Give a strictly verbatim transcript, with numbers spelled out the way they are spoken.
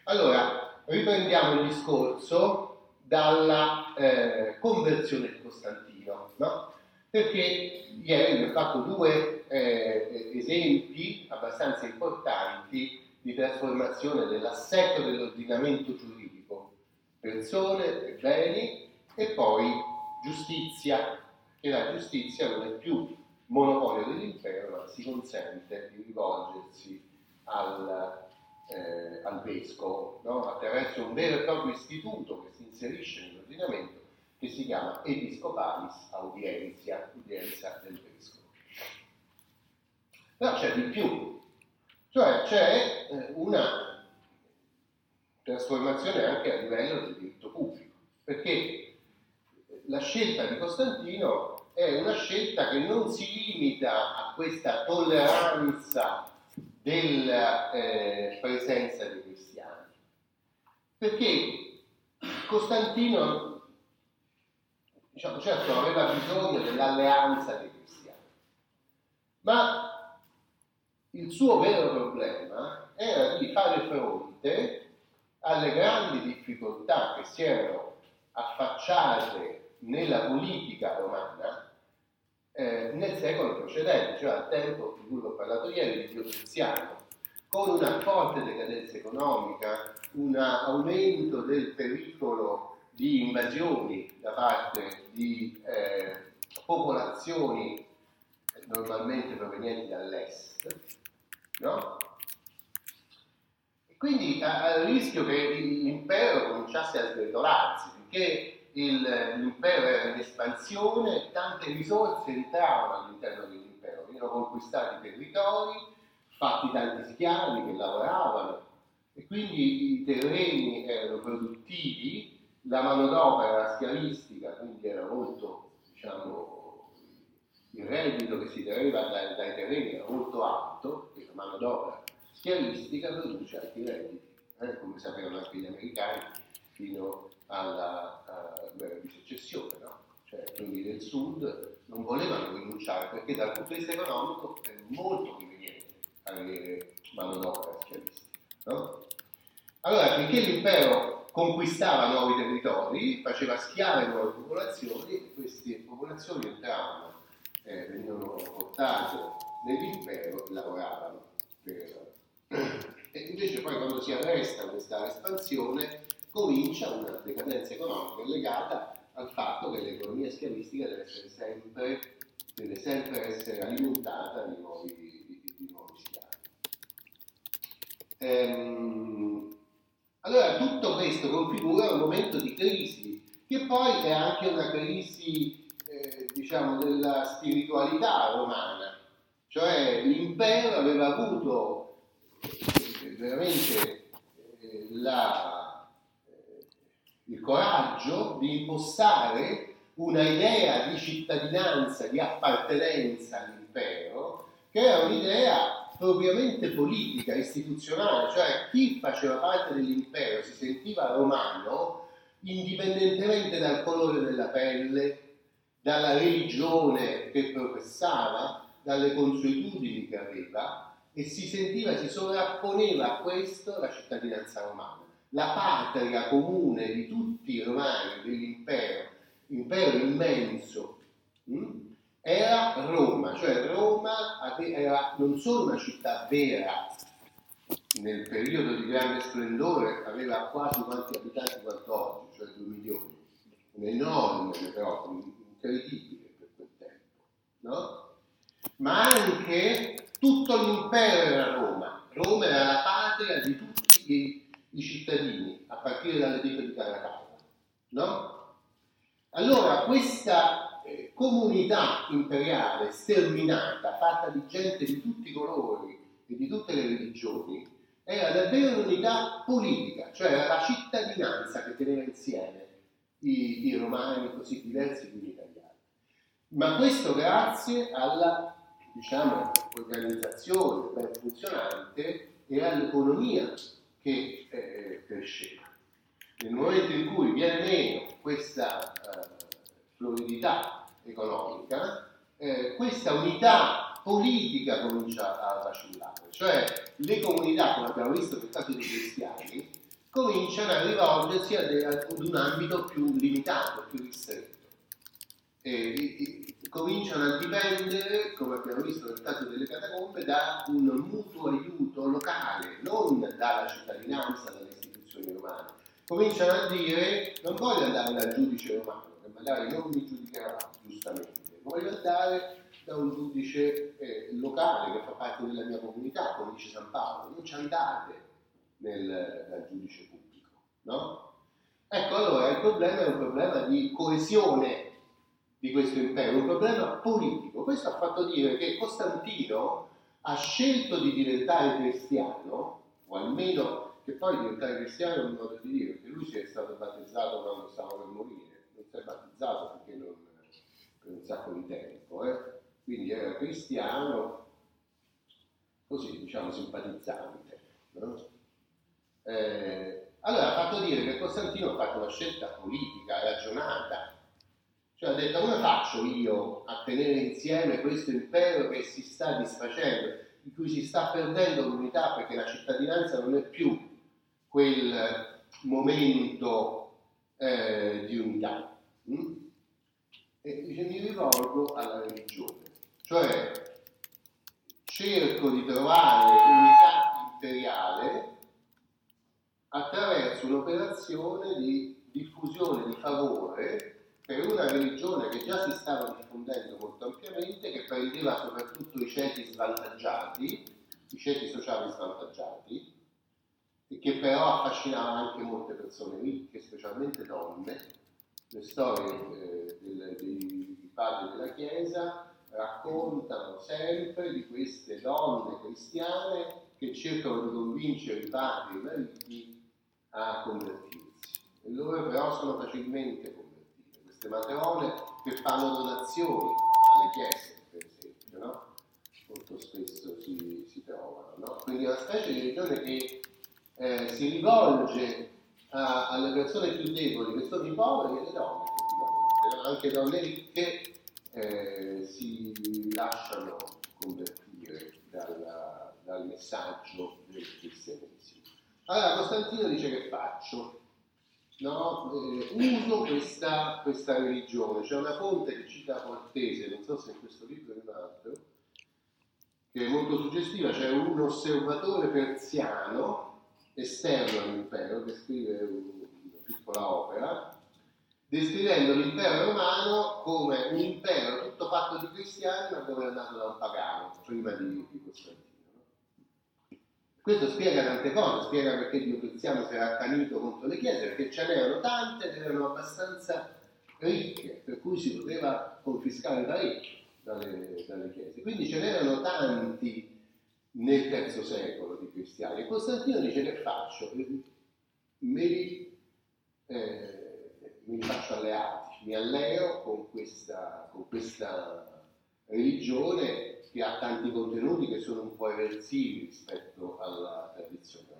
Allora, riprendiamo il discorso dalla eh, conversione di Costantino, no? Perché ieri vi ho fatto due eh, esempi abbastanza importanti di trasformazione dell'assetto dell'ordinamento giuridico, persone e beni, e poi giustizia, che la giustizia non è più monopolio dell'impero, ma si consente di rivolgersi al, eh, al vescovo, no? Attraverso un vero e proprio istituto che si inserisce nell'ordinamento, che si chiama Episcopalis Audientia, udienza del vescovo. Però c'è di più, cioè c'è eh, una trasformazione anche a livello del diritto pubblico, perché la scelta di Costantino è una scelta che non si limita a questa tolleranza della eh, presenza dei cristiani, perché Costantino, diciamo, certo aveva bisogno dell'alleanza dei cristiani, ma il suo vero problema era di fare fronte alle grandi difficoltà che si erano affacciate nella politica romana eh, nel secolo precedente, cioè al tempo di cui ho parlato ieri, di Diodoziano, con una forte decadenza economica, un aumento del pericolo di invasioni da parte di eh, popolazioni normalmente provenienti dall'est, no? E quindi al rischio che l'impero cominciasse a sgretolarsi, perché il, l'impero era in espansione, tante risorse entravano all'interno dell'impero, venivano conquistati territori, fatti tanti schiavi che lavoravano, e quindi i terreni erano produttivi, la manodopera era schiavistica, quindi era molto, diciamo, il reddito che si deriva dai, dai terreni era molto alto, e la manodopera schiavistica produce alti redditi, eh, come sapevano anche gli americani fino alla uh, guerra di secessione, no? Cioè quelli del sud non volevano rinunciare perché dal punto di vista economico è molto conveniente avere manodopera schiavistica, no? Allora, finché l'impero conquistava nuovi territori, faceva schiave nuove popolazioni, queste popolazioni entravano, eh, venivano portate nell'impero e lavoravano per... E invece poi quando si arresta questa espansione comincia una decadenza economica legata al fatto che l'economia schiavistica deve essere sempre, deve sempre essere alimentata di nuovi, di, di nuovi schiavi. Ehm, allora tutto questo configura un momento di crisi, che poi è anche una crisi, eh, diciamo, della spiritualità romana, cioè l'impero aveva avuto eh, veramente eh, la, eh, il coraggio di impostare una idea di cittadinanza, di appartenenza all'impero, che era un'idea propriamente politica, istituzionale, cioè chi faceva parte dell'impero si sentiva romano indipendentemente dal colore della pelle, dalla religione che professava, dalle consuetudini che aveva, e si sentiva, si sovrapponeva a questo la cittadinanza romana. La patria comune di tutti i romani dell'impero, impero immenso, hm? era Roma, cioè Roma era non solo una città vera, nel periodo di grande splendore aveva quasi quanti abitanti quanto oggi, cioè due milioni, un enorme metropoli, incredibile per quel tempo, no? Ma anche tutto l'impero era Roma, Roma era la patria di tutti i, i cittadini, a partire dalle ditte di Caracalla, no? Allora questa comunità imperiale sterminata, fatta di gente di tutti i colori e di tutte le religioni, era davvero un'unità politica, cioè era la cittadinanza che teneva insieme i, i romani così diversi gli italiani. Ma questo grazie alla, diciamo, organizzazione ben funzionante e all'economia che eh, cresceva. Nel momento in cui viene meno questa eh, fluidità economica, eh, questa unità politica comincia a vacillare, cioè le comunità, come abbiamo visto nel caso dei cristiani, cominciano a rivolgersi ad, ad un ambito più limitato, più ristretto. E, e, cominciano a dipendere, come abbiamo visto nel caso delle catacombe, da un mutuo aiuto locale, non dalla cittadinanza, dalle istituzioni romane. Cominciano a dire: non voglio andare dal giudice romano, che magari non mi giudicherà giustamente, voglio andare da un giudice eh, locale che fa parte della mia comunità, come dice San Paolo. Non ci andate nel, dal giudice pubblico, no? Ecco, allora il problema è un problema di coesione di questo impero, un problema politico. Questo ha fatto dire che Costantino ha scelto di diventare cristiano, o almeno che poi diventare cristiano è un modo di dire, perché lui si è stato battezzato quando stava per morire, non si è battezzato perché non, per un sacco di tempo, eh? Quindi era cristiano, così diciamo simpatizzante, no? Eh, allora ha fatto dire che Costantino ha fatto una scelta politica, ragionata, cioè ha detto: come faccio io a tenere insieme questo impero che si sta disfacendo, in cui si sta perdendo l'unità, perché la cittadinanza non è più quel momento eh, di unità. Mm? E dice: mi rivolgo alla religione, cioè cerco di trovare unità imperiale attraverso un'operazione di diffusione di favore per una religione che già si stava diffondendo molto ampiamente, che prendeva soprattutto i ceti svantaggiati, i ceti sociali svantaggiati, e che però affascinava anche molte persone ricche, specialmente donne. Le storie eh, del, dei padri della Chiesa raccontano sempre di queste donne cristiane che cercano di convincere i padri e i mariti a convertirsi. E loro però sono facilmente convertite. Queste matrone che fanno donazioni alle chiese, per esempio, no? Molto spesso si, si trovano, no? Quindi è una specie di religione che eh, si rivolge a, alle persone più deboli, che sono i poveri e le donne, effettivamente. Anche donne ricche eh, si lasciano convertire dal, dal messaggio del cristianesimo. Allora Costantino dice: che faccio? No, eh, uso questa, questa religione. C'è una fonte che cita Cortese, non so se in questo libro o in un altro, che è molto suggestiva. C'è un osservatore persiano esterno all'impero che scrive una piccola opera descrivendo l'impero romano come un impero tutto fatto di cristiani ma governato da un pagano prima di, di Costantino. Questo spiega tante cose, spiega perché Diocleziano si era accanito contro le chiese, perché ce n'erano tante ed erano abbastanza ricche, per cui si poteva confiscare parecchio dalle, dalle chiese. Quindi ce n'erano tanti nel terzo secolo di cristiani. E Costantino dice: che faccio? Me li, eh, me li faccio alleati, mi alleo con questa, con questa religione che ha tanti contenuti che sono un po' eversivi rispetto alla tradizione